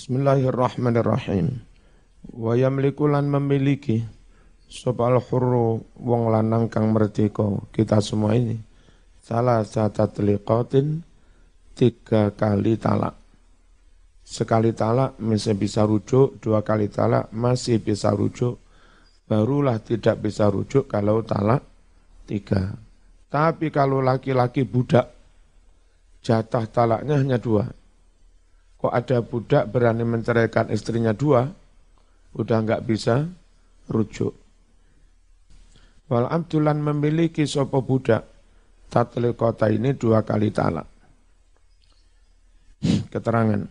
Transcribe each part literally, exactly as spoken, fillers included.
Bismillahirrahmanirrahim. Wa yamliku lan memiliki sopal hurru wong lanang kang merdeka kita semua ini. Salah satu teliqatin tiga kali talak. Sekali talak masih bisa rujuk, dua kali talak masih bisa rujuk. Barulah tidak bisa rujuk kalau talak tiga. Tapi kalau laki-laki budak, jatah talaknya hanya dua. Kok ada budak berani menceraikan istrinya dua, udah enggak bisa rujuk. Wal abdulan memiliki sopo budak, tatli kota ini dua kali talak. Keterangan.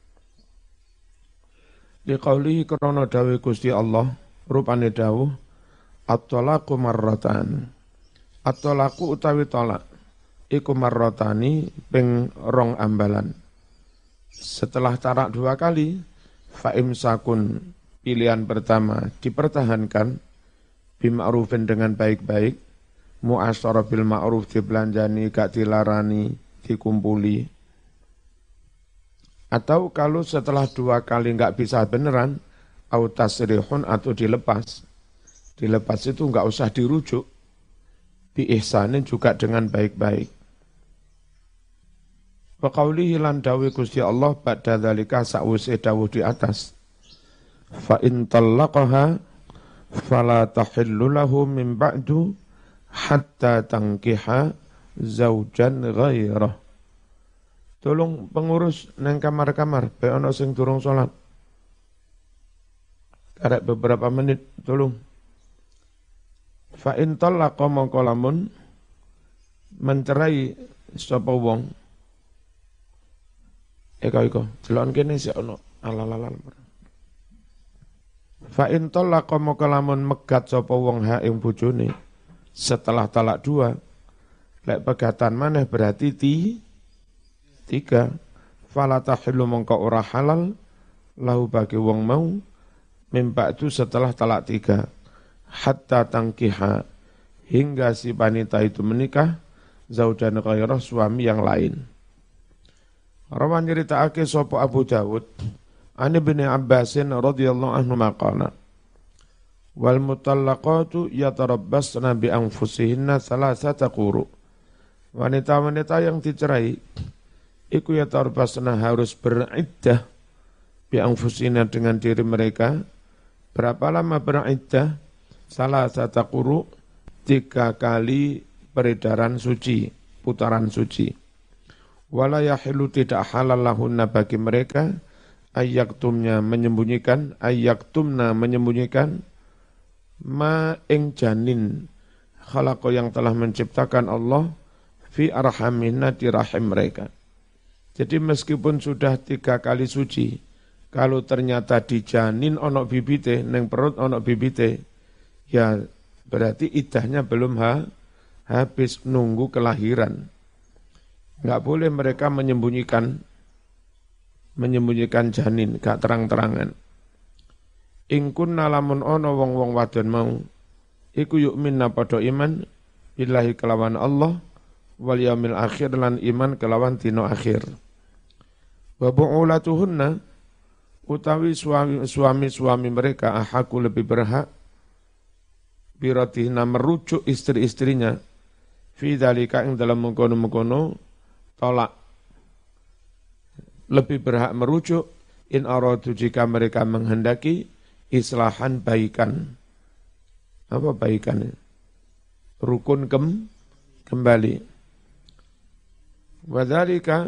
Liqaulihi krono dawe Gusti Allah, rupane dawuh, at-talaqu marratan. At-talaqu utawi talak, iku marratani ping rong ambalan. Setelah talak dua kali, fa'imsakun pilihan pertama dipertahankan, bima'rufin dengan baik-baik, mu'asyara bil ma'ruf dibelanjani, gak dilarani, dikumpuli. Atau kalau setelah dua kali enggak bisa beneran, au tasrihun atau dilepas. Dilepas itu enggak usah dirujuk, biihsanin juga dengan baik-baik. Wa qawlihi lan dawi Gusti Allah ba'da dzalika sa'wise dawuh di atas. Fa in talaqaha fala tahillu lahu min ba'du hatta tankiha zaujan ghairah. Tolong pengurus nang kamar-kamar, bae ana sing durung salat. Karek beberapa menit, tolong. Fa in talaqa mongko lamun mencerai sapa wong. Eka iko, delon kene sik ono alalalal. Fa in talaqa mongko lamun megat sapa wong ha ing bojone setelah talak dua, lek pegatan maneh berarti ti tiga. Fala tahillu mongko ora halal lahu bagi wong mau mimba'du setelah talak tiga, hatta tangkiha hingga si wanita itu menikah zaujan ghairah suami yang lain. Rawan nyeritakake sapa Abu Dawud an Ibnu Abbasin radhiyallahu anhu maqala wal mutallaqatu yatarabbasna bi anfusihinna salasata quru. Wanita-wanita yang dicerai iku yatarabbasna harus beriddah bi anfusihinna dengan diri mereka. Berapa lama beriddah? Salasata quru, tiga kali peredaran suci, putaran suci. Wala yahilu tidak halal lahunna bagi mereka ayyaktumnya menyembunyikan ayyaktumna menyembunyikan ma ing janin khalaqa yang telah menciptakan Allah fi arhaminna di rahim mereka. Jadi meskipun sudah tiga kali suci, kalau ternyata di janin ono bibite neng perut ono bibite, ya berarti idahnya belum ha, habis nunggu kelahiran. Enggak boleh mereka menyembunyikan menyembunyikan janin, gak terang-terangan. In kunna lamun ono wong-wong wadon mau iku yu'minna padha iman billahi kelawan Allah wal yaumil akhir lan iman kelawan dina akhir. Wa bu'ulatuhunna utawi suami-suami mereka ahaku lebih berhak biratihna merujuk istri-istrinya fi dzalika ing dalam mengkono-mengkono tolak, lebih berhak merujuk in aradu jika mereka menghendaki islahan baikan. Apa baikan? Rukun kem, kembali. Wa dzalika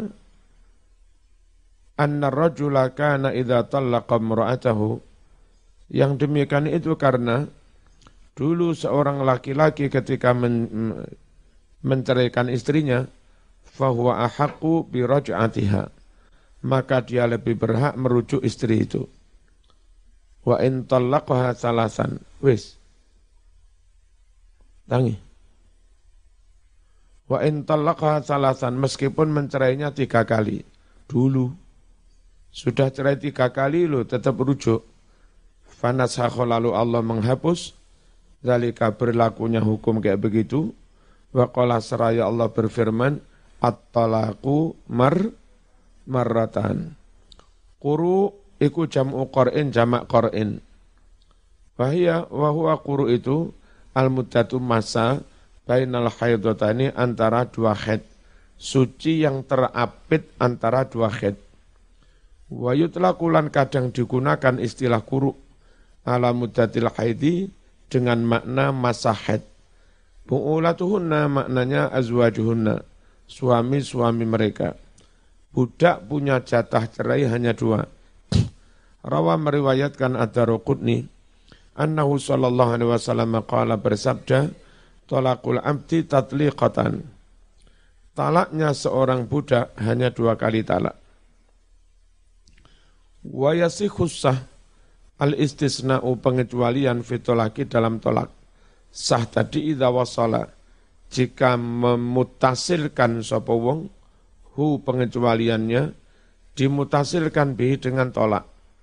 anna ar-rajula kana idza talaqa imra'atahu, yang demikian itu karena dulu seorang laki-laki ketika men, menceraikan istrinya, fahuwa ahaqqu bi raj'atiha, maka dia lebih berhak merujuk istri itu. Wa in talaqaha salasan, wis tangi. Wa in talaqaha salasan, meskipun mencerainya tiga kali dulu, sudah cerai tiga kali lo tetap rujuk. Fanasakha, lalu Allah menghapus zalika berlakunya hukum kayak begitu. Wa qala seraya Allah berfirman, at-talaqu mar marratan. Quru iku jam'u qur'in jamak qur'in. Wahia wa huwa quru itu al-muddatu masa bainal haidotani antara dua haid. Suci yang terapit antara dua haid. Wa yutlaqu lan kadang digunakan istilah quru ala muddatil haidi dengan makna masa haid. Bu'ulatuhunna maknanya azwajuhunna, suami-suami mereka. Budak punya jatah cerai hanya dua. Rawa meriwayatkan Ad-Daruqutni annahu sallallahu alaihi wasallam qala bersabda talaqul abdi tatliqatan. Talaknya seorang budak hanya dua kali talak. Wa yasihu sah al-istisna'u pengecualian fi tolaki dalam tolak. Sah tadi idza wasala jika memutasilkan sapa wong hu pengecualiannya dimutasilkan bihi dengan tolak.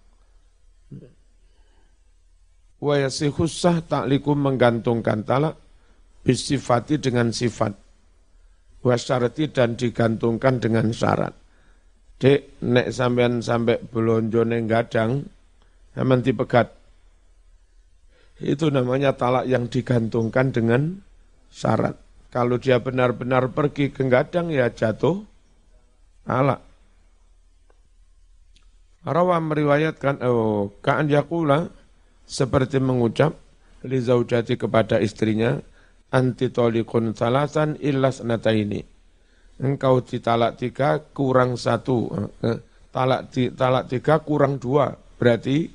Wa yasihu sah ta'liku menggantungkan talak bisifati dengan sifat. Wa syarati dan digantungkan dengan syarat. Dek, nek sampean sampai belonjone gadang, aman dipegat. Itu namanya talak yang digantungkan dengan syarat. Kalau dia benar-benar pergi ke gadang, ya jatuh talak. Rawa meriwayatkan, oh, ka'an yakula, seperti mengucap li zaujati kepada istrinya anti tolikun salasan illas nataini, engkau ditalak tiga kurang satu, talak talak tiga kurang dua berarti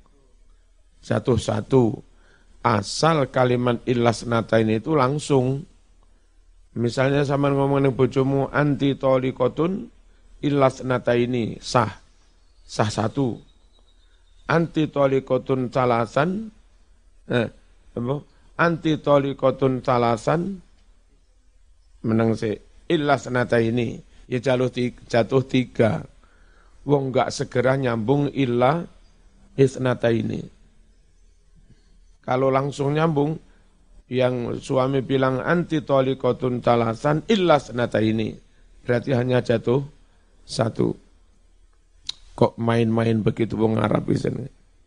satu satu. Asal kalimat illas nataini itu langsung, misalnya sama ngomong dengan bojomu anti tolikotun illas nataini sah sah satu. Anti tolikotun salasan, eh, apa? Anti tolikotun salasan, menang si illas nata ini, ya jatuh tiga, jatuh tiga. Wong enggak segera nyambung illa isnata ini. Kalau langsung nyambung, yang suami bilang anti tolikotun salasan illas nata ini, berarti hanya jatuh satu. Kok main-main begitu wong Arab di sini.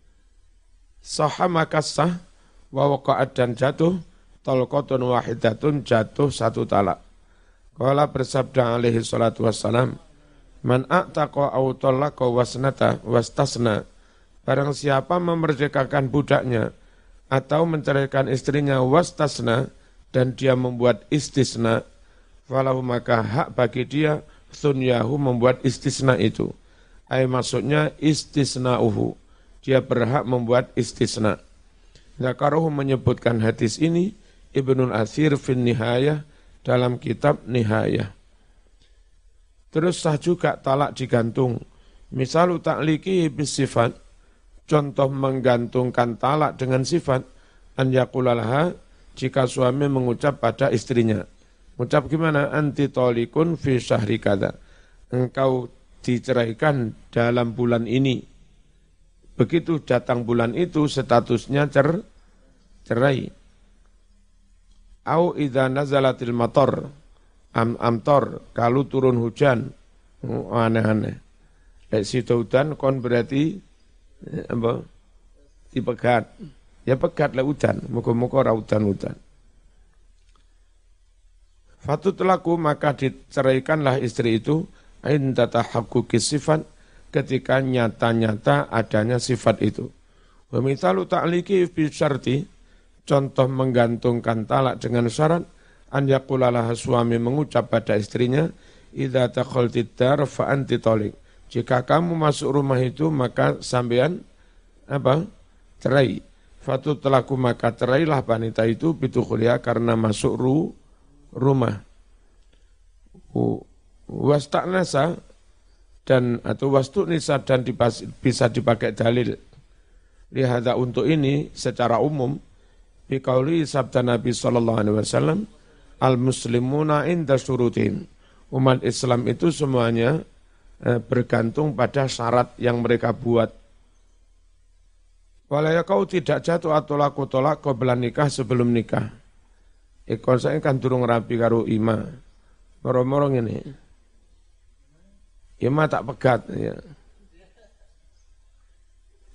Sahha maka sah wa waqa'at dan jatuh talqatun wahidatun jatuh satu talak. Qala bersabda alaihi salatu wassalam, man a'taqa aw talaqa wasnata wastasna, barang siapa memerdekakan budaknya atau menceraikan istrinya wastasna dan dia membuat istisna, falahu maka hak bagi dia sunyahu membuat istisna itu. Ay maksudnya istisna'uhu, dia berhak membuat istisna. Zakaruhu menyebutkan hadis ini Ibnul Athir fin Nihayah dalam kitab Nihayah. Terus sah juga talak digantung. Misalu ta'liki bisifat, contoh menggantungkan talak dengan sifat, an yaqulalaha, jika suami mengucap pada istrinya. Mengucap gimana? Anti tolikun fi syahri kada. Engkau diceraikan dalam bulan ini. Begitu datang bulan itu statusnya cer, cerai. Au idza nazalatil matar am amtor, kalau turun hujan. Oh, aneh-aneh. Lek situ hujan kon berarti apa? Dipegat. Ya pegat lek hujan, muga-muga ora hujan-hujan. Fatut laku maka diceraikanlah istri itu inda tahaqquqi sifat, ketika nyata-nyata adanya sifat itu. Wa mithalu ta'liqi fi syarti, contoh menggantungkan talak dengan syarat, an yaqulalah suami mengucap pada istrinya, idza takhaltid dar fa anti taliq. Jika kamu masuk rumah itu maka sampean apa? Cerai. Fatut laku maka cerailah wanita itu bitukhliha karena masuk ru, rumah. Uh, Wasta'nasa dan atau wastu nisa dan dipas, bisa dipakai dalil. Lihada untuk ini secara umum biqauli sabda Nabi sallallahu alaihi wasallam al-muslimuna inda syurutin. Umat Islam itu semuanya eh, bergantung pada syarat yang mereka buat. Walaya kau tidak jatuh atau laku tolak qabla nikah sebelum nikah. Ikon saya kan durung rapi karo ima. Moro-moro ngene. Ya mah tak pegat ya.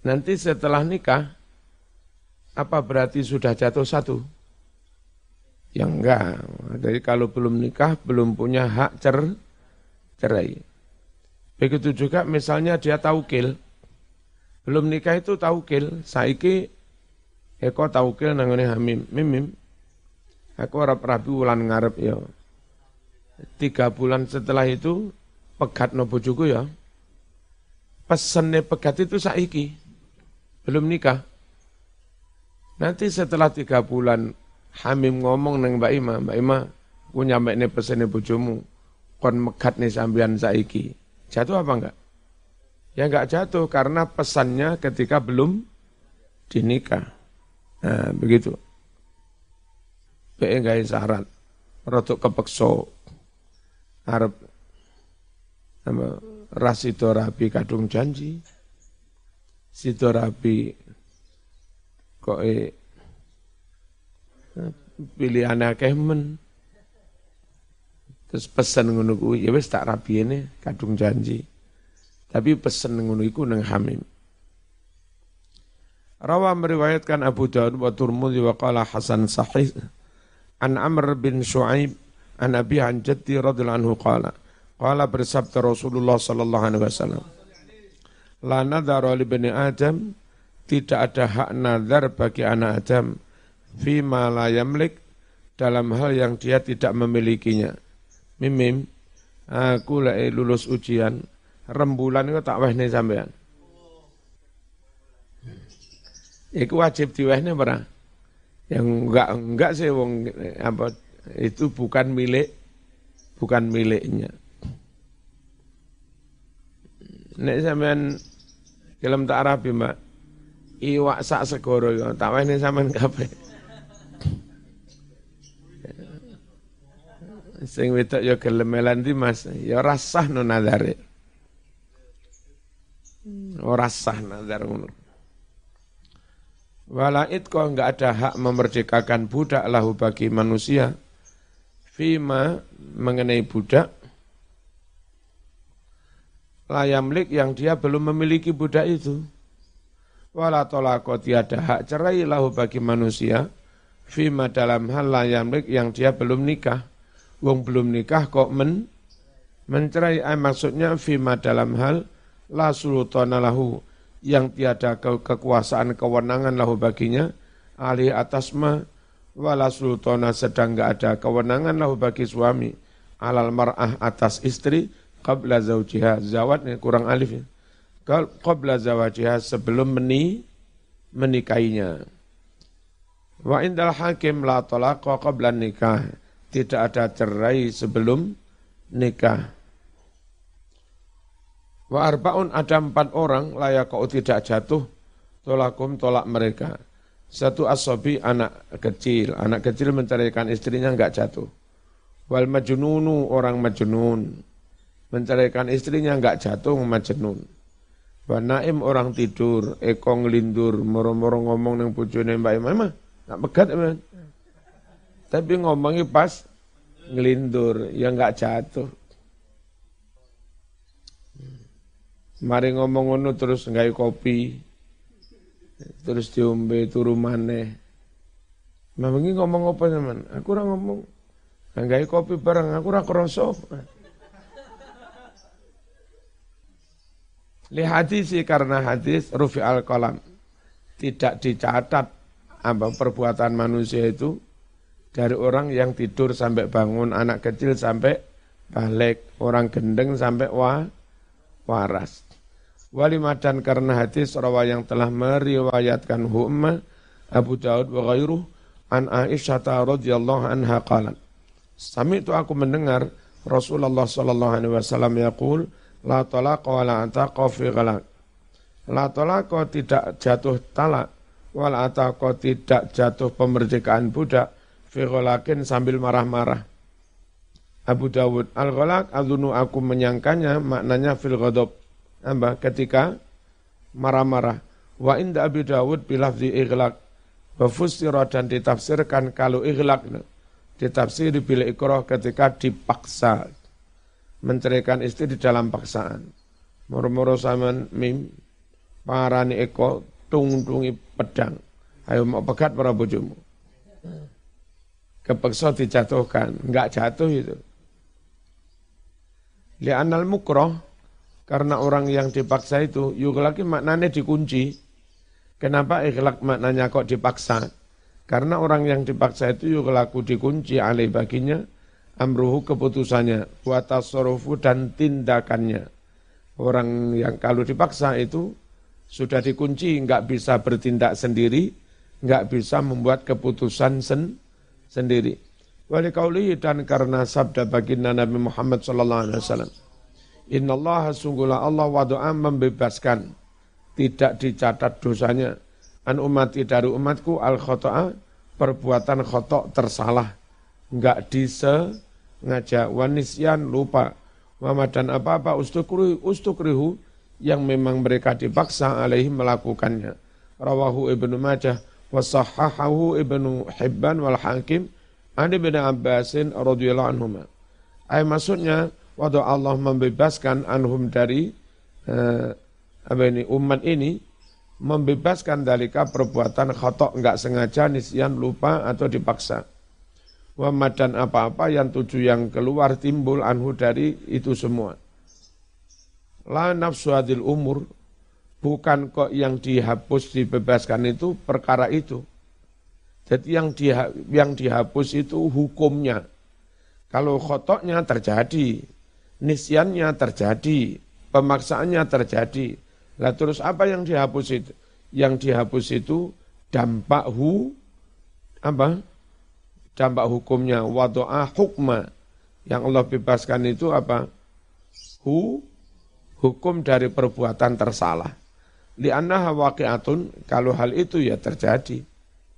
Nanti setelah nikah, apa berarti sudah jatuh satu? Ya enggak. Jadi kalau belum nikah, belum punya hak cer cerai. Begitu juga misalnya dia taukil. Belum nikah itu taukil. Saiki, eko taukil nangone hamim. Mimim. Aku harap rabi wulan ngarep ya. Tiga bulan setelah itu, pegat no bojoku ya. Pesennya pegat itu saiki. Belum nikah. Nanti setelah tiga bulan, hamim ngomong nang Mbak Ima, Mbak Ima, aku nyampe nih pesennya bojomu, kon megat nih sambian saiki. Jatuh apa enggak? Ya enggak jatuh, karena pesannya ketika belum dinikah. Nah, begitu. Be enggak syarat, rotok kepekso, arep apa rasido rabi kadung janji, sido rabi kok e pilihan akeh men, terus pesen ngono kuwi ya wis tak rabiene kadung janji, tapi pesen ngono iku nang hamim. Rawa meriwayatkan Abu Dawud wa Tirmidzi wa qala hasan sahih an Amr bin Shu'aib an Abi an Jaddi radhiyallahu anhu qala qala bersabda Rasulullah sallallahu alaihi wasallam la nadhara li bani Adam, tidak ada hak nazar bagi anak Adam fi ma la yamlik, dalam hal yang dia tidak memilikinya. Mimim, aku lek lulus ujian rembulan itu tak wehne sampean. Iku wajib diwehne ora? Yang enggak enggak sih wong apa itu bukan milik bukan miliknya. Nek sampean gelem tak rabi, Mbak. Iwak sak segoro yo tak wehne sampean kabeh. Sing wedok yo gelem melanti Mas, ya rasah no nazare. Ora sah nazar ngono. Walait kok enggak ada hak memerdekakan budak lahu bagi manusia. Fima mengenai budak layamlik yang dia belum memiliki budak itu. Wala tolako tiada hak cerai lahu bagi manusia. Fima dalam hal layamlik yang dia belum nikah. Wong belum nikah kok men mencerai, eh, maksudnya fima dalam hal la sultana lahu, yang tiada ke kekuasaan kewenangan lahu baginya, alih atas ma wala sultana, sedang enggak ada kewenangan lahu bagi suami, alal mar'ah atas istri, qabla zaujiha, zawat kurang alif ya, qabla zawajiha sebelum meni menikahinya. Wa indal hakim la talaqa qabla nikah, tidak ada cerai sebelum nikah. Wa arbaun, ada empat orang layak kau tidak jatuh tolakum tolak mereka. Satu asobi, anak kecil, anak kecil menceraikan istrinya enggak jatuh. Wal majnunu, orang majnun menceraikan istrinya enggak jatuh majnun. Wa naim, orang tidur, eko ngelindur moro-moro ngomong nang bojone Mbak Imam, enggak pegat emang. Tapi ngomongnya pas ngelindur ya enggak jatuh. Mari ngomong ngono terus nggawe kopi, terus diombe turu maneh. Mamang ngomong apa teman? Aku ora ngomong. Nggawe kopi bareng, aku ora krasa. Li hadis, karena hadis rufi al qalam, tidak dicatat apa perbuatan manusia itu dari orang yang tidur sampai bangun, anak kecil sampai balik, orang gendeng sampai wa, waras. Walimah, dan karena hadis rawa yang telah meriwayatkan Umar Abu Daud wa ghairuh an Aisyah radhiyallahu anha qalat, sami itu aku mendengar Rasulullah sallallahu alaihi wasallam yaqul la talaqa wa la ataqa fi ghalaq. La talaqa, tidak jatuh talak, wa la ataqa, tidak jatuh pemerdekaan budak, fi ghalaqin, sambil marah-marah. Abu Dawud, al-ghalaq adzunu, aku menyangkanya maknanya fil ghadab, apa ketika marah-marah. Wa inda Abi Dawud bilafzi ighlaq wa fusira, dan ditafsirkan kalau ighlaq ditafsir bila ikrah, ketika dipaksa menceraikan istri di dalam paksaan. Moro-moro saman mim Parani Eko tung-tungi pedang. Ayo mau pegat para bojomu. Kepeksa dijatuhkan, enggak jatuh itu. Li'anal mukroh, karena orang yang dipaksa itu, yughlaki maknanya dikunci. Kenapa ikhlak maknanya kok dipaksa? Karena orang yang dipaksa itu yughlaku dikunci alih baginya, amruhu keputusannya, wa tasarrufu dan tindakannya. Orang yang kalau dipaksa itu sudah dikunci, enggak bisa bertindak sendiri, enggak bisa membuat keputusan sen sendiri. Wali kauli dan karena sabda baginda Nabi Muhammad sallallahu alaihi wasallam. Innallaha sungguhlah Allah wadu'a membebaskan, tidak dicatat dosanya. An umati dari umatku al khoto'a, perbuatan khotok tersalah, enggak disengaja, wanisyan lupa, wamadan apa-apa ustukrihu, ustukrihu yang memang mereka dipaksa alaihi melakukannya. Rawahu Ibnu Majah wasahahahu Ibnu Hibban wal Hakim Ani bin Abbasin radhiyallahu anhuma. Ay maksudnya waktu Allah membebaskan anhum dari eh, apa ini umat ini, membebaskan dalika perbuatan khotok enggak sengaja, nisyan lupa atau dipaksa. Wa madan apa-apa yang tujuh yang keluar timbul anhu dari itu semua. La nafsu adil umur, bukan kok yang dihapus dibebaskan itu perkara itu. Jadi yang di, yang dihapus itu hukumnya. Kalau khotoknya terjadi, nisyannya terjadi, pemaksaannya terjadi. Lah terus apa yang dihapus itu? Yang dihapus itu dampak hu apa? Dampak hukumnya wadu'a hukma. Yang Allah bebaskan itu apa? Hu hukum dari perbuatan tersalah. Li'annaha waqi'atun, kalau hal itu ya terjadi.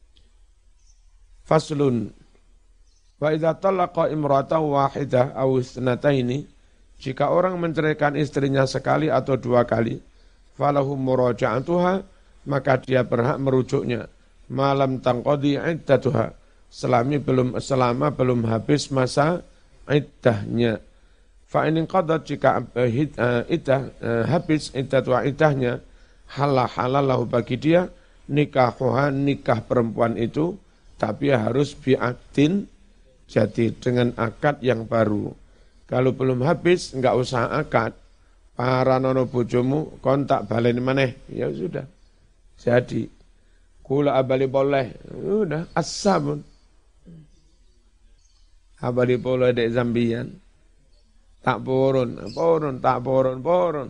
Faslun wa idza talaqa imra'atan wahidah aw isnataini, jika orang menceraikan istrinya sekali atau dua kali, falahu muraja'atuha, maka dia berhak merujuknya malam tangqadi iddatuha, selama belum selama belum habis masa iddahnya. Fa in qadat, jika iddah habis iddatuha iddahnya, halal halalahu bagi dia nikahuha, nikah perempuan itu, tapi harus bi'akdin, jadi dengan akad yang baru. Kalau belum habis, enggak usah akad. Para nono bojomu kontak baleni maneh, ya sudah. Jadi, kula abali boleh, sudah, as-sabun. Abali boleh dek Zambian. Tak porun, porun, tak porun, porun.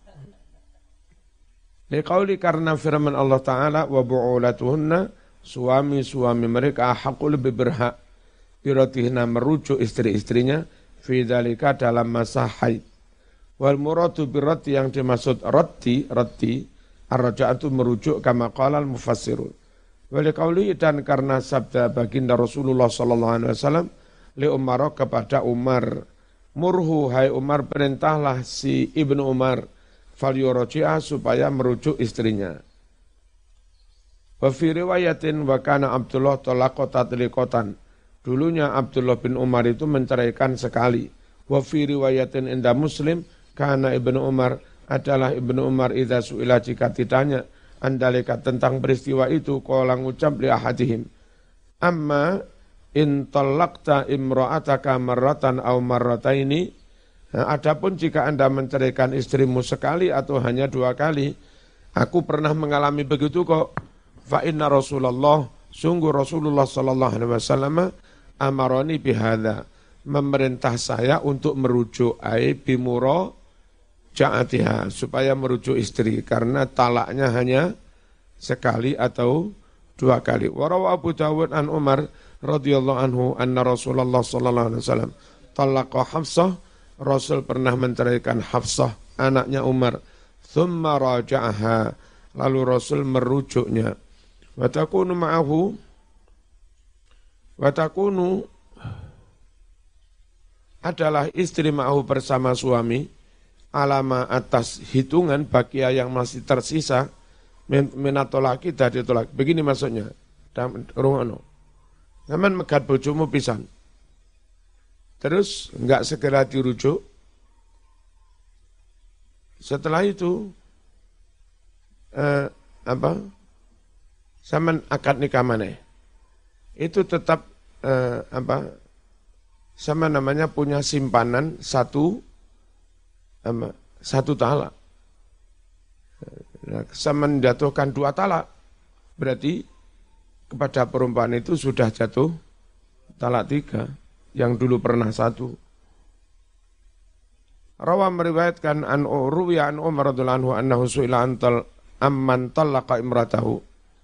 Liqauli, karena firman Allah Ta'ala, wa bu'ulatuhunna, suami-suami mereka hakul lebih berhak birotihna merujuk istri-istrinya fi dzalika dalam masa haid. Wal muradu birati, yang dimaksud rati, rati ar-raja'atu merujuk kama qala al-mufassirun. Wa liqauli, dan karena sabda baginda Rasulullah sallallahu alaihi wasallam li Umar, kepada Umar, murhu hai Umar, perintahlah si Ibnu Umar fal yuraji'ah, supaya merujuk istrinya. Wa fi riwayatin wa kana Abdullah talaqa tatliqatan, dulunya Abdullah bin Umar itu menceraikan sekali. Wa fi riwayatin inda Muslim, kana Ibnu Umar, adalah Ibnu Umar idza su'ila, jika ditanya andalika tentang peristiwa itu, qala ngucap li ahadihim, amma in talaqta imra'ataka marratan aw marrataini, adapun jika Anda menceraikan istrimu sekali atau hanya dua kali, aku pernah mengalami begitu kok. Fa inna Rasulullah, sungguh Rasulullah sallallahu alaihi wasallam amaroni bihadza, memerintah saya untuk merujuk ai bimuro ja'atiha, supaya merujuk istri karena talaknya hanya sekali atau dua kali. Wa rawa Abu Dawud an Umar radhiyallahu anhu anna Rasulullah sallallahu alaihi wasallam talaqa Hafsah, Rasul pernah menceraikan Hafsah anaknya Umar, thumma raja'aha, lalu Rasul merujuknya. Wa takunu ma'ahu, wa takunu adalah istri ma'ahu bersama suami, alama atas hitungan bakia yang masih tersisa, minatolaki dari tolak. Begini maksudnya, rungono. Namun megat bojomu pisan, terus enggak segera dirujuk, setelah itu eh, apa? Sampean akad nikah maneh. Itu tetap eh, apa? Sama namanya punya simpanan satu apa, satu talak. Nah, sama menjatuhkan dua talak, berarti kepada perempuan itu sudah jatuh talak tiga, yang dulu pernah satu. Rawa meriwayatkan an Ruwiya an Umar radhiyallahu anhu annahu su'ila antal amman talaqa imratahu.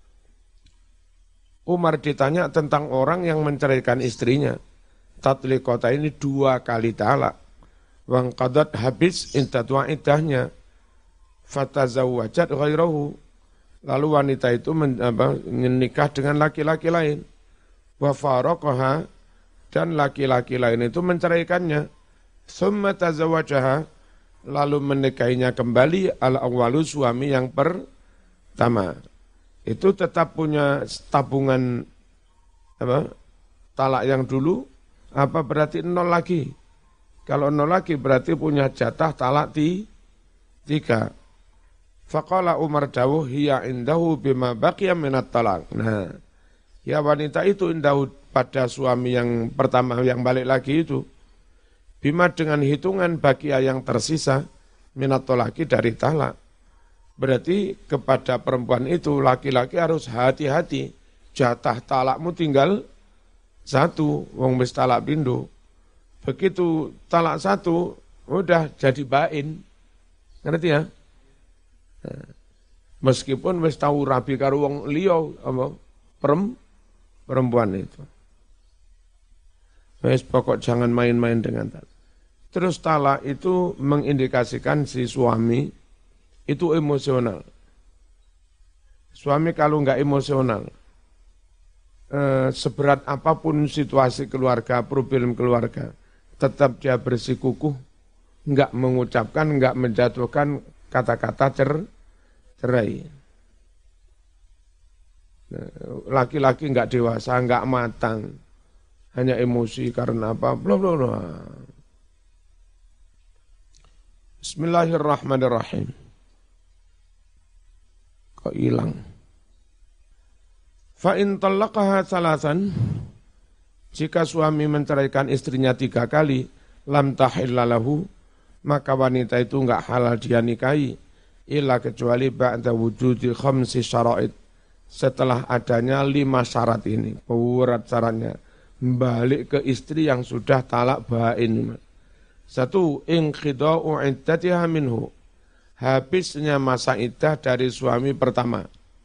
Umar ditanya tentang orang yang menceraikan istrinya. Tatliqata ini dua kali talak. Wang qadat habis intatwa idahnya. Fatazawwajat ghairahu. Lalu wanita itu men, apa, menikah dengan laki-laki lain. Wa faraqaha, dan laki-laki lain itu menceraikannya. Summa tazawwajaha, lalu menikahinya kembali al-awwalu, suami yang pertama. Itu tetap punya tabungan apa, talak yang dulu, apa berarti nol lagi. Kalau nol lagi berarti punya jatah talak di tiga. Faqala Umar dawuh hiya indahu bima baqiya minat talak. Nah, ya wanita itu indahu pada suami yang pertama yang balik lagi itu. Bima dengan hitungan baqiya yang tersisa minat talaki dari talak. Berarti kepada perempuan itu laki-laki harus hati-hati. Jatah talakmu tinggal satu, wong wis talak pindho. Begitu talak satu, udah jadi bain. Ngerti ya? Nah, meskipun wis tahu rabi karo wong liya apa perem, perempuan itu. Wis pokok jangan main-main dengan talak. Terus talak itu mengindikasikan si suami itu emosional. Suami kalau enggak emosional, eh, seberat apapun situasi keluarga, problem keluarga, tetap dia bersikukuh, enggak mengucapkan, enggak menjatuhkan kata-kata cer, cerai. Laki-laki enggak dewasa, enggak matang, hanya emosi karena apa? Bla bla bla. Bismillahirrahmanirrahim. Kok hilang? Fa in talaqaha salasan, jika suami menceraikan istrinya tiga kali, lam tahilla lahu, maka wanita itu enggak halal dia nikahi, illa kecuali ba'da wujudi khamsi syara'id, setelah adanya lima syarat ini, berat syaratnya, balik ke istri yang sudah talak bain. Satu, inqida'u iddatiha minhu, habisnya masa iddah dari suami pertama.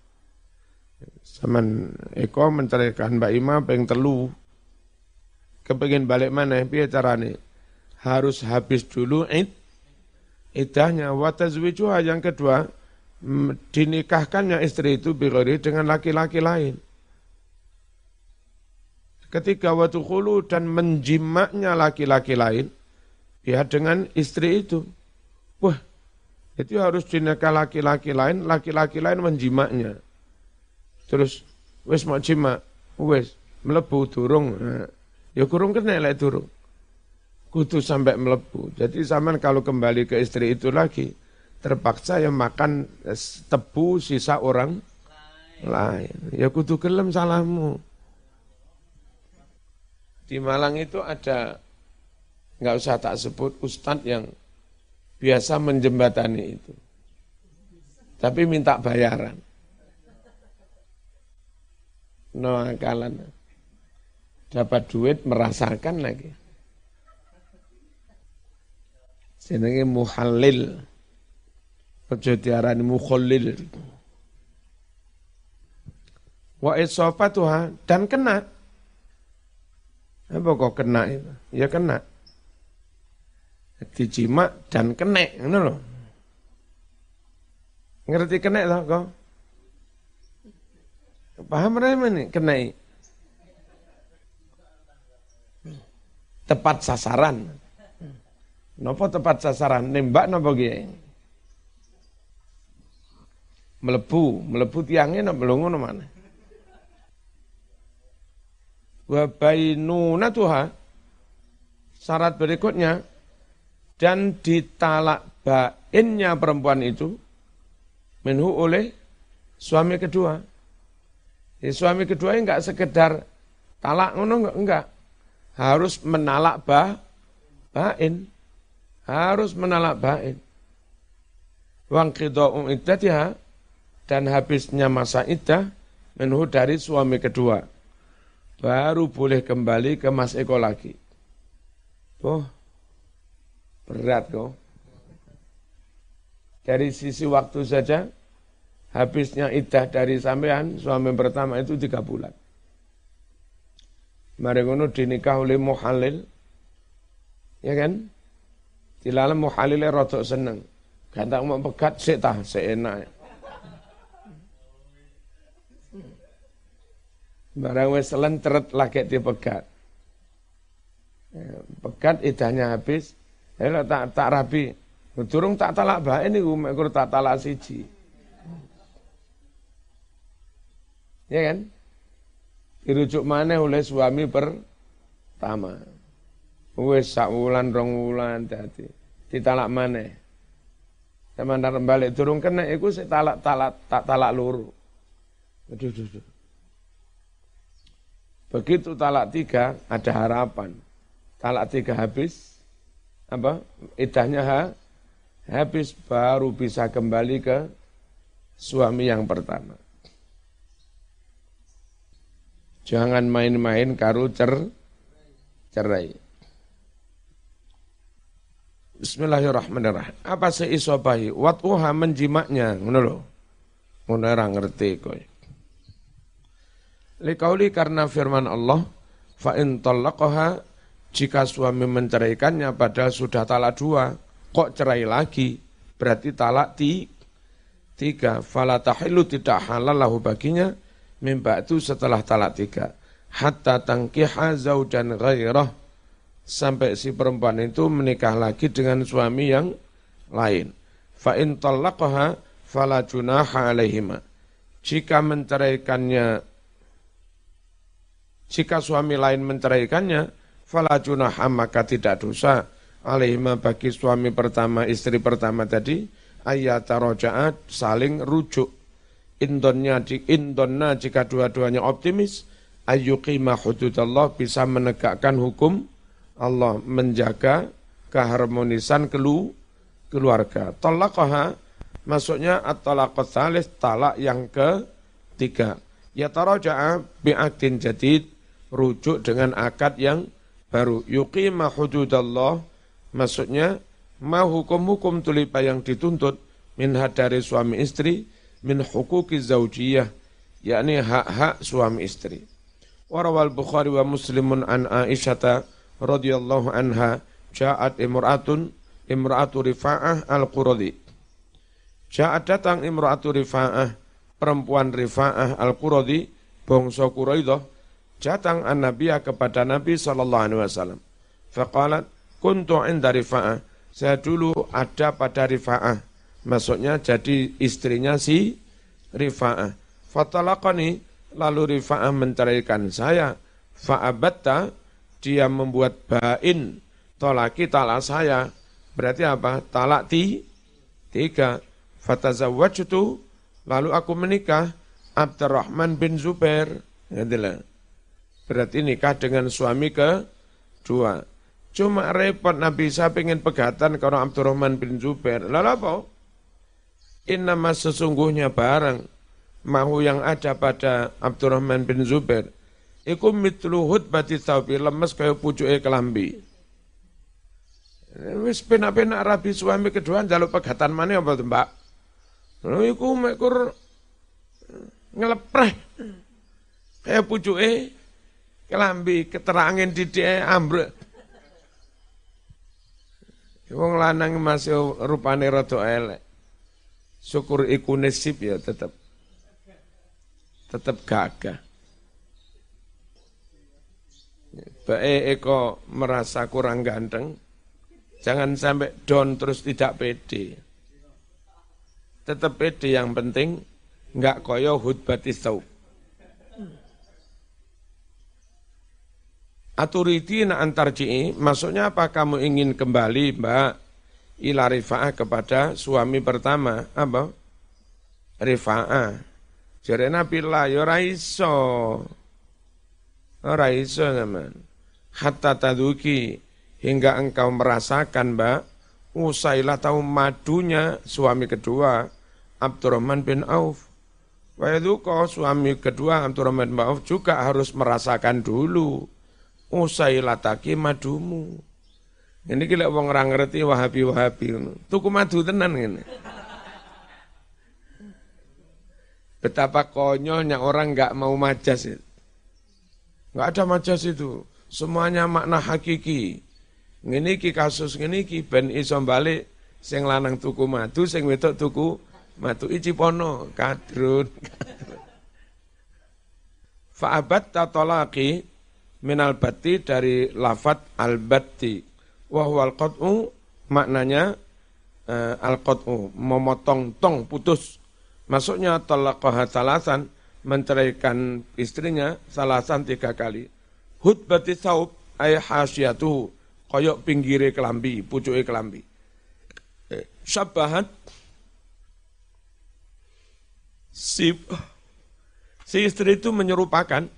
Saman Eko menceraikan Mbak Ima pengen telu, kepengin balik mana, piye carane? Harus habis dulu id, iddahnya. Wa tazwijuha, yang kedua, dinikahkannya istri itu bighairi, dengan laki-laki lain. Ketiga, wa tukhulu, dan menjimaknya laki-laki lain, ya dengan istri itu. Wah, itu harus dinikah laki-laki lain, laki-laki lain menjimaknya. Terus, wis mau jima, wis, melebu durung. Nah, ya kurung kena lek durung. Kudu sampai melebu. Jadi zaman kalau kembali ke istri itu lagi, terpaksa yang makan tebu sisa orang lain. Ya kudu gelem salahmu. Di Malang itu ada, nggak usah tak sebut, ustadz yang biasa menjembatani itu. Tapi minta bayaran. No akalan. Dapat duit merasakan lagi. Jenenge muhallil. Aja diarani mukhallil. Wa isafatuha, dan kena. Apa kok kena itu? Ya kena. Dijima dan kenek, ngono lho. Ngerti kenek toh kok? Paham ora men kenek? Tepat sasaran. Napa tepat sasaran? Nembak napa piye? Melebu, melebu tiange napa lho ngono maneh. Wa bainunatuha, syarat berikutnya, dan ditalak bainnya perempuan itu, minhu oleh suami kedua. Ya, suami kedua enggak sekedar talak ngono enggak, enggak. Harus menalak bah, bain. Harus menalak bain. Wang qida'u iddatiha dan habisnya masa iddah minhu dari suami kedua. Baru boleh kembali ke Mas Eko lagi. Oh, berat kok. Dari sisi waktu saja, habisnya iddah dari sampean suami pertama itu tiga bulan. Mari ngono dinikah oleh muhalil, ya kan? Dilalam muhalilnya rodok seneng. Gantang mau pegat sik tah, seenak. Barang wis lentret lagi dipegat. Pegat idahnya habis, ya tak tak rabi. Durung tak talak bae niku mek kur tak talak siji. Ya kan? Dirujuk maneh oleh suami pertama. Wis sak wulan rong wulan dadi ditalak maneh. Sampeyan balik durung kena iku sik talak talak tak talak loro. Aduh aduh aduh. Begitu talak tiga ada harapan. Talak tiga habis apa? Idahnya ha, habis baru bisa kembali ke suami yang pertama. Jangan main-main karo cer, cerai. Bismillahirrahmanirrahim. Apa seisobahi? Wat'uha menjimaknya. Ngono lho. Ngono ora ngerti kowe. Liqauli karena firman Allah, fa in talaqaha jika suami menceraikannya padahal sudah talak dua, kok cerai lagi? Berarti talak ti, tiga. Fala tahillu tidak halal lahu baginya mimba itu setelah talak tiga. Hatta tangkiha zaujan ghairah. Sampai si perempuan itu menikah lagi dengan suami yang lain. Fa in talaqaha fala junaha alaihima. Jika menceraikannya, jika suami lain menceraikannya, fala junaha maka tidak dosa alaihima bagi suami pertama, istri pertama tadi, ayata rojaat saling rujuk. Indonnya di indonna jika dua-duanya optimis, ayyuqima hududallah bisa menegakkan hukum Allah, menjaga keharmonisan kelu, keluarga. Talaqaha maksudnya at-talaqat tsalits, talak yang ketiga. Ya taraja'a bi'aqdin jadid, rujuk dengan akad yang baru. Yuqima hududallah maksudnya ma hukum-hukum tulipa yang dituntut minha dari suami istri min hukuki zaujiyah, yakni hak-hak suami istri. Warawal Bukhari wa Muslimun an Aisyata radhiyallahu anha ja'at imra'atun imra'atu Rifa'ah al-Quradi. Ja'at datang imra'atu Rifa'ah, perempuan Rifa'ah al-Quradi, bangsa Quraidah, datang an-Nabiya kepada Nabi sallallahu alaihi wasallam. Faqalat kuntu 'inda Rifa'ah, saya dulu ada pada Rifa'ah. Maksudnya jadi istrinya si Rifa'ah. Fatalaqani, lalu Rifa'ah menceraikan saya. Fa'abatta, dia membuat bain, tolaki talak saya. Berarti apa? Talak ti, tiga. Fatazawwajtu, lalu aku menikah. Abdurrahman bin Zubair. Berarti nikah dengan suami kedua. Cuma repot Nabi saya pengen pegatan kalau Abdurrahman bin Zubair. Lalu apa? Innama sesungguhnya barang mahu yang ada pada Abdurrahman bin Zubair iku mitlu hutbati thawbi, lemes kaya pucuke kelambi. Wis penak-penak rabi suami kedua njaluk pegatan maneh apa tuh, Mbak? Lha iku mekur ngelepreh kaya pucuke kelambi, keterangin didike ambruk. Wong lanang masih rupane rada elek. Syukur iku nasib ya tetap tetap gagah. Bae eko merasa kurang ganteng, jangan sampai down terus tidak pede. Tetap pede, yang penting enggak koyo hutbatis saub. Aturidina antarji'i, maksudnya apa kamu ingin kembali, Mbak? Ila Rifa'ah kepada suami pertama, apa? Rifa'ah. Jare Nabi la ya ora iso. Ora iso zaman. Hatta taduki hingga engkau merasakan, Mbak, Usailah tahu madunya suami kedua Abdurrahman bin Auf. Wa kau suami kedua Abdurrahman bin Auf juga harus merasakan dulu Usailah taki madumu. Ini kira wong ora ngerti Wahabi-Wahabi ngono. Tuku madu tenan ngene. Betapa konyolnya orang enggak mau majas itu. Enggak ada majas itu. Semuanya makna hakiki. Ngene iki kasus ngene iki ben iso balik sing lanang tuku madu, sing wedok tuku madu icipono kadrun. Fa'abat tatolaki minal batti dari lafat al-batti. Wa huwa al-qat'u maknanya uh, al-qat'u memotong tong putus. Maksudnya talaqaha salasan menceraikan istrinya salasan tiga kali. Hutbati saub ay hasyatuhu koyok pinggire kelambi, pucuke kelambi. Syabahat si, si istri itu menyerupakan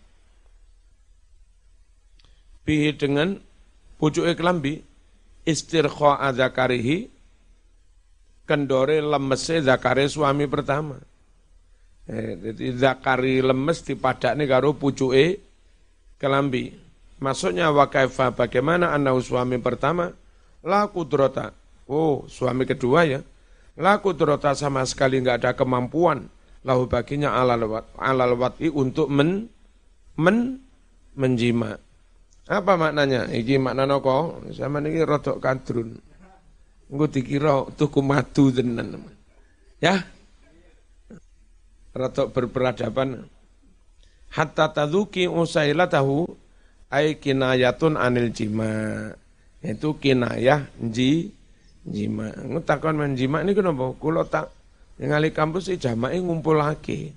bihi dengan pucuke kelambi istirkha zakarihi kendore lemese zakare suami pertama. Eh, jadi zakari lemes dipadakne karo pucuke kelambi. Maksudnya wa kaifa bagaimana anak suami pertama la kudrata. Oh, suami kedua ya. La kudrata sama sekali enggak ada kemampuan lahu baginya alal wat alal wati untuk men men menjima. Apa maknanya? Iki maknanya kok sama niki rodok kadrun. Engko dikira tuku madu tenan. Ya. Rodok berperadaban. Hatta tadzuki usailatahu ai kinayatun anil jima. Itu kinayah ji jima. Ngutakon men jima niku napa? Kula tak ngali kampus iki jamae ngumpulake.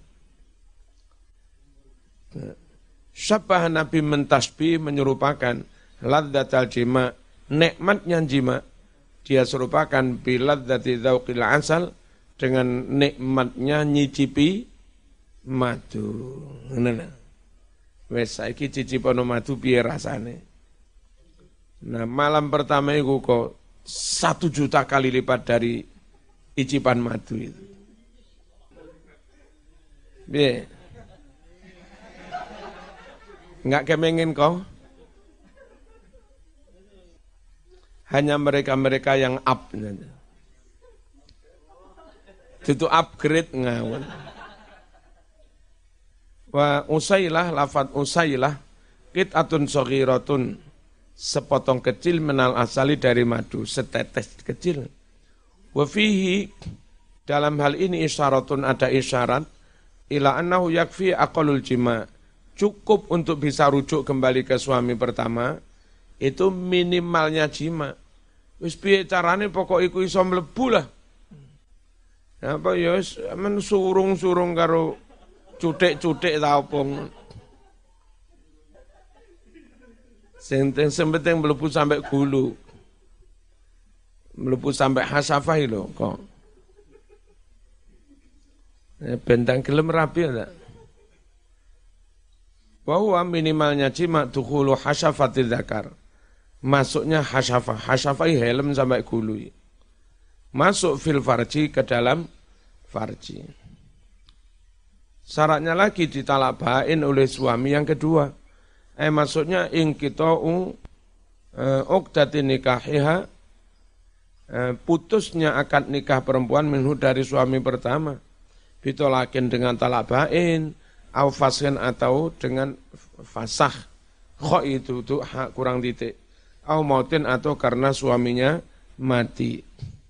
Syabah Nabi mentasbih menyerupakan ladzatal jima, nikmatnya jima. Dia serupakan biladzati dzauqil asal dengan nikmatnya nyicipi madu. Ngono. Wes saiki cicipono madu piye rasane. Nah, malam pertama itu kok satu juta kali lipat dari icipan madu itu. Piye? Enggak kemengin kau? Hanya mereka-mereka yang up. Itu upgrade ngawon. Wa usailah, lafad usailah, qit'atun saghiratun, sepotong kecil menal asali dari madu, setetes kecil. Wa fihi, dalam hal ini isyaratun ada isyarat, ila annahu yakfi aqalul jima', cukup untuk bisa rujuk kembali ke suami pertama, itu minimalnya jima'. Wis piye carane pokok iku iso mlebu lah. Apa ya wis men surung-surung karo cutik-cutik ta opong. Sing penting mlebu sampai gulu. Mlebu sampai hasafah lho kok. Bentang gelem rapi enggak? Bahwa minimalnya jima dukhulu hasafati dzakar. Masuknya hasyafah, hasyafah helm sampai gulu. Masuk fil farji ke dalam farji. Syaratnya lagi ditalak bain oleh suami yang kedua. Eh maksudnya ing kita'u uqdati nikahiha, putusnya akad nikah perempuan minhu dari suami pertama. Bitolakin dengan talak bain, au fashin atau dengan fasah. Kho itu tuh hak kurang titik. Au mautin atau karena suaminya mati.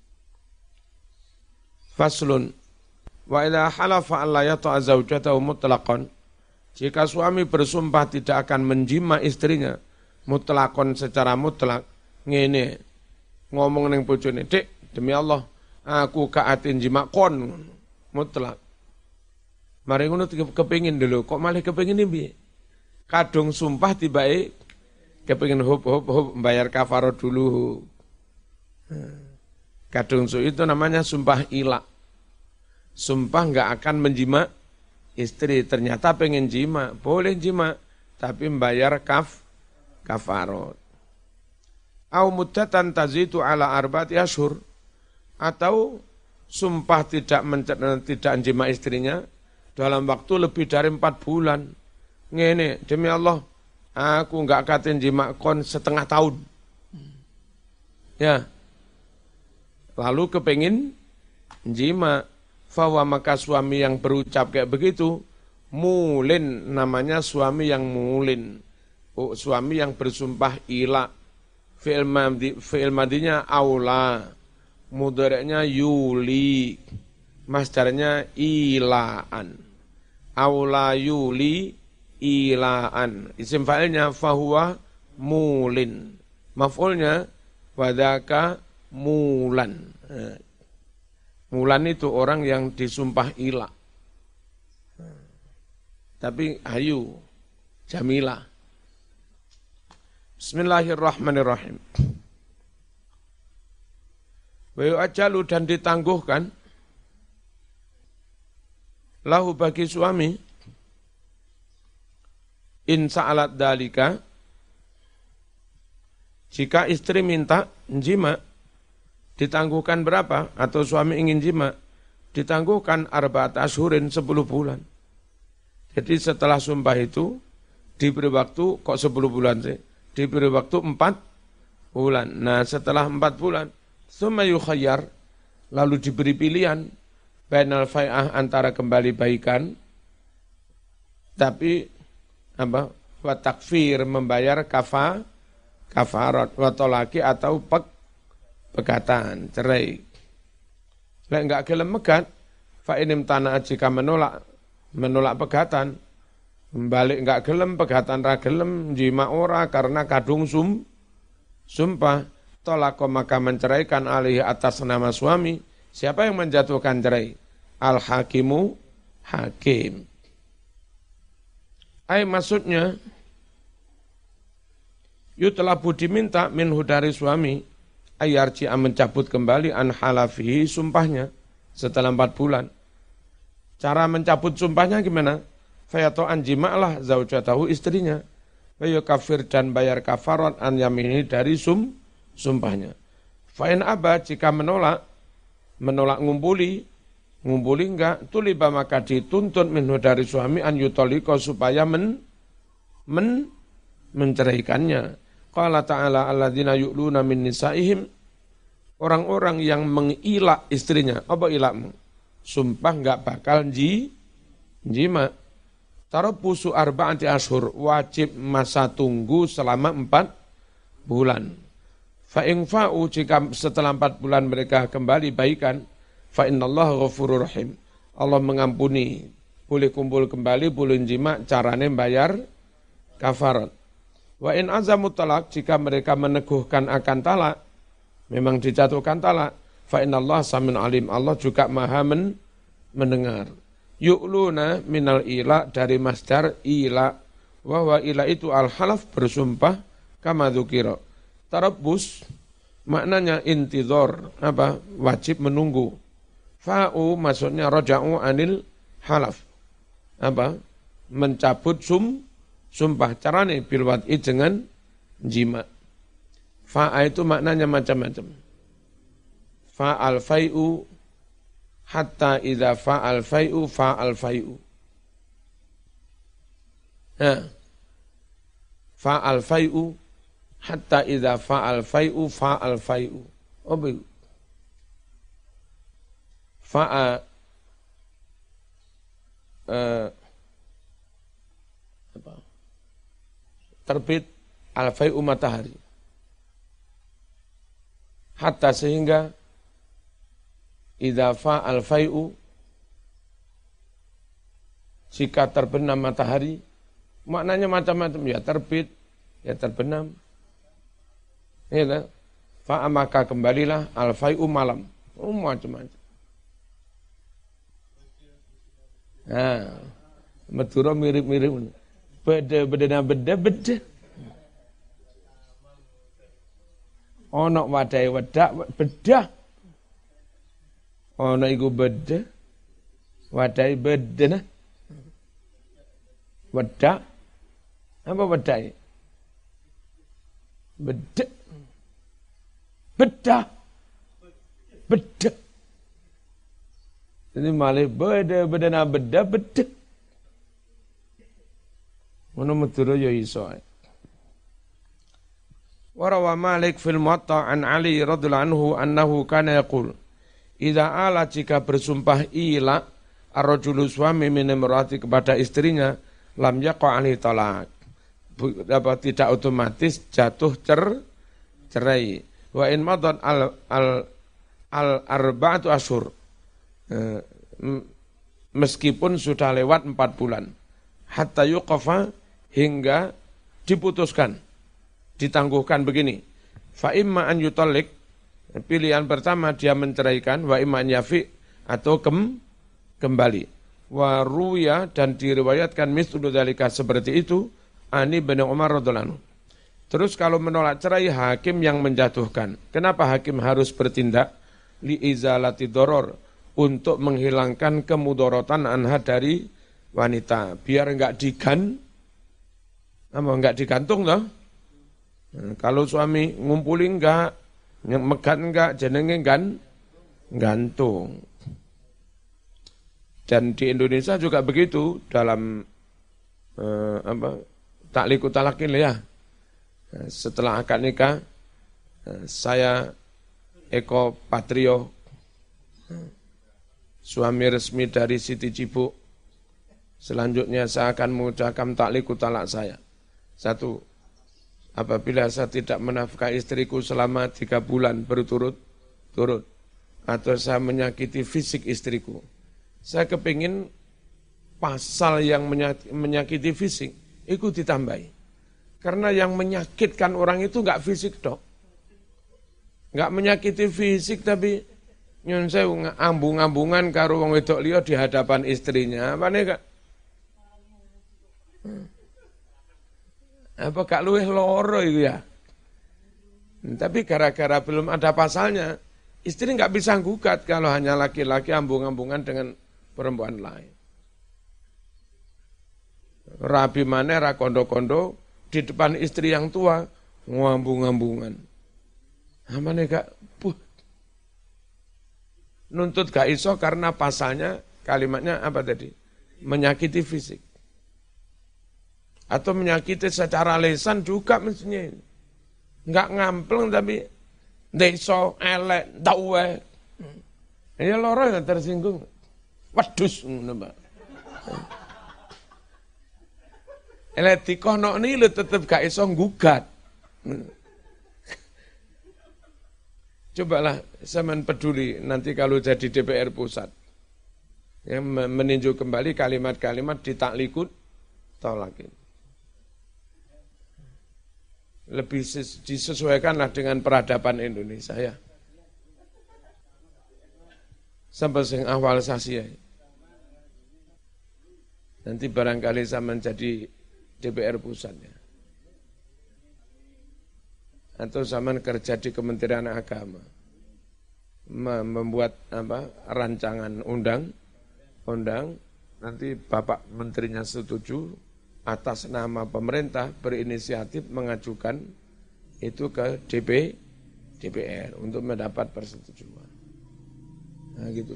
Faslun. Wa idza halafa an la yata'a zaujatahu mutlaqan, jika suami bersumpah tidak akan menjima istrinya mutlaqan secara mutlak, ngene ngomong ning bojone, "Dik, demi Allah, aku kaatin jima kon mutlak." Mari ngono kepengin dulu, kok malah kepengin piye? Kadung sumpah tibae kepengin hop hop hop bayar kafarah dulu. Kadung su itu namanya sumpah ilak. sumpah nggak akan menjima istri, ternyata pengen jima, boleh jima, tapi membayar kaf kafarot. Au muddatan tazitu ala arba'ati asyhur, atau sumpah tidak menc- tidak jima istrinya dalam waktu lebih dari empat bulan. Ngene, demi Allah, aku enggak katen jima kon setengah tahun. Ya. Lalu kepengin jima, fawa maka suami yang berucap kayak begitu, mulin, namanya suami yang mulin. Oh, suami yang bersumpah ila. Fi'il madi, fi'il madinya aula, mudhari'nya yuli, masdarnya ilaan. Aula yuli ilaan. Isim fa'ilnya fahuwa mulin. Maf'ulnya wadaka mulan. Mulan itu orang yang disumpah ila. Tapi ayu, jamilah. Bismillahirrahmanirrahim. Wa yu'ajjalu dan ditangguhkan lahu bagi suami in sa'alat dalika, jika istri minta jima, ditangguhkan berapa? Atau suami ingin jima, ditangguhkan arba'at asyhurin, sepuluh bulan. Jadi setelah sumpah itu diberi waktu, kok sepuluh bulan sih? Diberi waktu empat bulan. Nah setelah empat bulan, summa yukhayyar, lalu diberi pilihan, bainal fai'ah, antara kembali baikan, tapi apa? Wa takfir, membayar kafa, kafarat, wa tolaki atau pek, pegatan, cerai. Lek enggak gelem megat, fa inim tanah jika menolak, menolak pegatan, balik enggak gelem, pegatan ra gelem, jima ora karena kadung sum, sumpah, tolako maka menceraikan alih atas nama suami. Siapa yang menjatuhkan cerai? Al-hakimu, hakim. Ay maksudnya, yutlabu diminta minhu dari suami, ayarji'a mencabut kembali an halafihi, sumpahnya, setelah empat bulan. Cara mencabut sumpahnya gimana? Fayato anjima'lah zaujatahu, istrinya. Fayo kafir, dan bayar kafarat an yamini, dari sum, sumpahnya. Fa'in aba, jika menolak, menolak ngumpuli, ngumpuli enggak, tuliba maka dituntut minhu dari suami an yutoliko, supaya men, men, menceraikannya. Qala ta'ala alladzina yu'luna min nisaihim, orang-orang yang mengilak istrinya. Apa ilakmu? Sumpah enggak bakal ji, jima. Tarabbusu arba'ati asyhur, wajib masa tunggu selama empat bulan. Fa in fa'u, jika setelah empat bulan mereka kembali baikan, fa innallaha ghafurur rahim. Allah mengampuni, boleh kumpul kembali, boleh jima, carane bayar kafarat. Wa in azamu talak, jika mereka meneguhkan akan talak, memang dijatuhkan talak, fa innallaha samin alim, Allah juga maha men, mendengar. Yu'luna minal ila, dari masdar ila, wa ila itu al-halaf, bersumpah, kama dzukira. Tarabbus maknanya intidhar, apa? Wajib menunggu. Fa'u maksudnya raja'u anil halaf. Apa? Mencabut sum sumpah. Carane bil wad'i, dengan jima. Fa'a itu maknanya macam-macam. Fa'al fai'u, hatta idza fa'al fai'u fa'al fai'u. Nah, fa'al fai'u, hatta idza fa'al fai'u fa'al fai'u. Oh bu. Fa'a uh, apa? Terbit al-fai'u, matahari. Hatta, sehingga idza fa'al fai'u, jika terbenam matahari, maknanya macam-macam, ya terbit, ya terbenam. Ya, fa'a maka kembalilah al-fai'u, malam. Oh, macam-macam. Nah, Madura mirip-mirip. Beda, beda, beda, beda. Ono wadai wadak, beda. Ono iku beda. Wadai bedena. Wedak. Apa wadai? Bedek. Bedah. Bedah. Ini malih beda bedena bedah bedek. Ngono medura ya iso. Warawa Malik fil Muwatta an Ali radhiyallahu anhu annahu kana yaqul idza ala jika bersumpah ila ar-rajulu suami min imraati kepada istrinya lam yaqa alaihi talaq dapat tidak otomatis jatuh cer cerai wa in madan al al al arba'atu asyhur meskipun sudah lewat empat bulan hatta yuqafa hingga diputuskan ditangguhkan begini. Fa imma an yutallik, pilihan pertama dia menceraikan, wa imma an yafi atau kem, kembali. Wa ruya dan diriwayatkan mislu dzalika seperti itu ani bin Umar radhiyallahu anhu. Terus kalau menolak cerai hakim yang menjatuhkan. Kenapa hakim harus bertindak li izalati doror untuk menghilangkan kemudorotan anha dari wanita biar enggak digan apa enggak digantung toh? Nah, kalau suami ngumpuli enggak, megat enggak, jenenge kan gantung. Dan di Indonesia juga begitu dalam eh, apa takliku talakin ya. Nah, setelah akad nikah, eh, saya Eko Patrio, suami resmi dari Siti Cibuk. Selanjutnya saya akan mengucapkan takliku talak saya. Satu, apabila saya tidak menafkahi istriku selama tiga bulan berturut-turut, atau saya menyakiti fisik istriku, saya kepingin pasal yang menyakiti fisik, itu ditambahi. Karena yang menyakitkan orang itu enggak fisik dok. Enggak menyakiti fisik tapi nyun sewu ambung-ambungan karo wong wedok liya di hadapan istrinya, apa nih kak? Apa gak luwih loro itu ya? Tapi gara-gara belum ada pasalnya, istri nggak bisa gugat kalau hanya laki-laki ambung-ambungan dengan perempuan lain. Rabi maneh ra kondo-kondo di depan istri yang tua ngambung-ambungan. Apa nih kak? Puh. Nuntut gak iso karena pasalnya kalimatnya apa tadi? Menyakiti fisik. Atau menyakiti secara lesan juga mestinya. Enggak ngampleng tapi deso, elek, dawe. Ya loro yang tersinggung. Wedus. Elek dikono ini lu tetap gak iso gugat. Cobalah zaman peduli nanti kalau jadi D P R pusat. Yang meninjau kembali kalimat-kalimat ditaklikut tolakin. Lebih disesuaikanlah dengan peradaban Indonesia ya. Sampai sing awal sasi ya. Nanti barangkali saya menjadi D P R pusatnya. Atau zaman kerja di Kementerian Agama. Membuat apa rancangan undang undang nanti Bapak menterinya setuju atas nama pemerintah berinisiatif mengajukan itu ke D P, D P R untuk mendapat persetujuan. Nah gitu.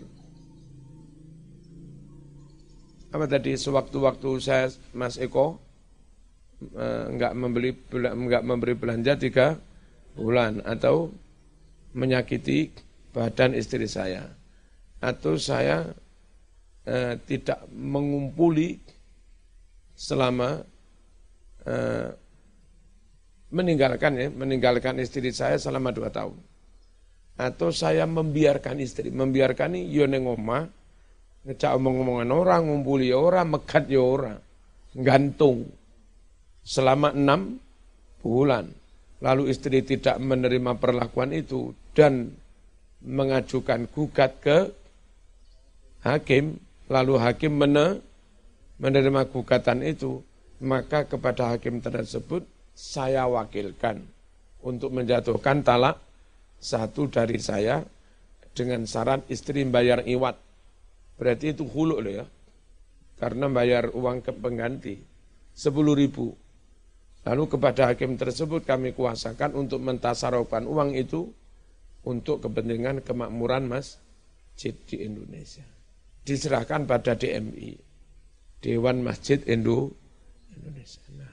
Apa tadi sewaktu-waktu saya Mas Eko eh, enggak membeli enggak memberi belanja tiga bulan atau menyakiti badan istri saya atau saya eh, tidak mengumpuli selama uh, meninggalkan ya, meninggalkan istri saya selama dua tahun. Atau saya membiarkan istri, membiarkan ini yo ning omah, ngecak omong-omongan orang, ngumpuli orang, megat ya orang, gantung selama enam bulan. Lalu istri tidak menerima perlakuan itu dan mengajukan gugat ke hakim, lalu hakim mener menerima gugatan itu, maka kepada hakim tersebut saya wakilkan untuk menjatuhkan talak satu dari saya dengan syarat istri bayar iwat Berarti itu huluk loh ya. Karena bayar uang ke pengganti sepuluh ribu. Lalu kepada hakim tersebut kami kuasakan untuk mentasarufkan uang itu untuk kepentingan kemakmuran masjid di Indonesia. Diserahkan pada D M I, Dewan Masjid Indo Indonesia. Nah,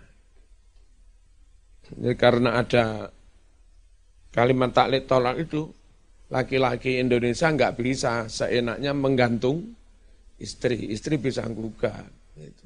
ini karena ada kalimat taklid tolak itu, laki-laki Indonesia nggak bisa seenaknya menggantung istri. Istri bisa gugat. Gitu.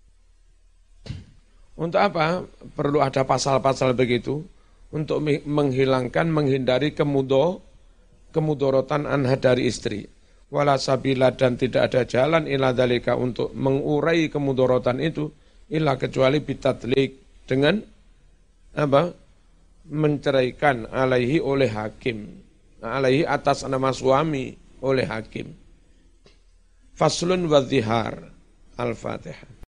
Untuk apa? Perlu ada pasal-pasal begitu untuk menghilangkan, menghindari kemudo, kemudorotan anha dari istri. Wala sabila dan tidak ada jalan ila dalika untuk mengurai kemudorotan itu illa kecuali bitatlik dengan apa? Menceraikan alaihi oleh hakim. Alaihi atas nama suami oleh hakim. Faslun wa zihar. Al-Fatihah.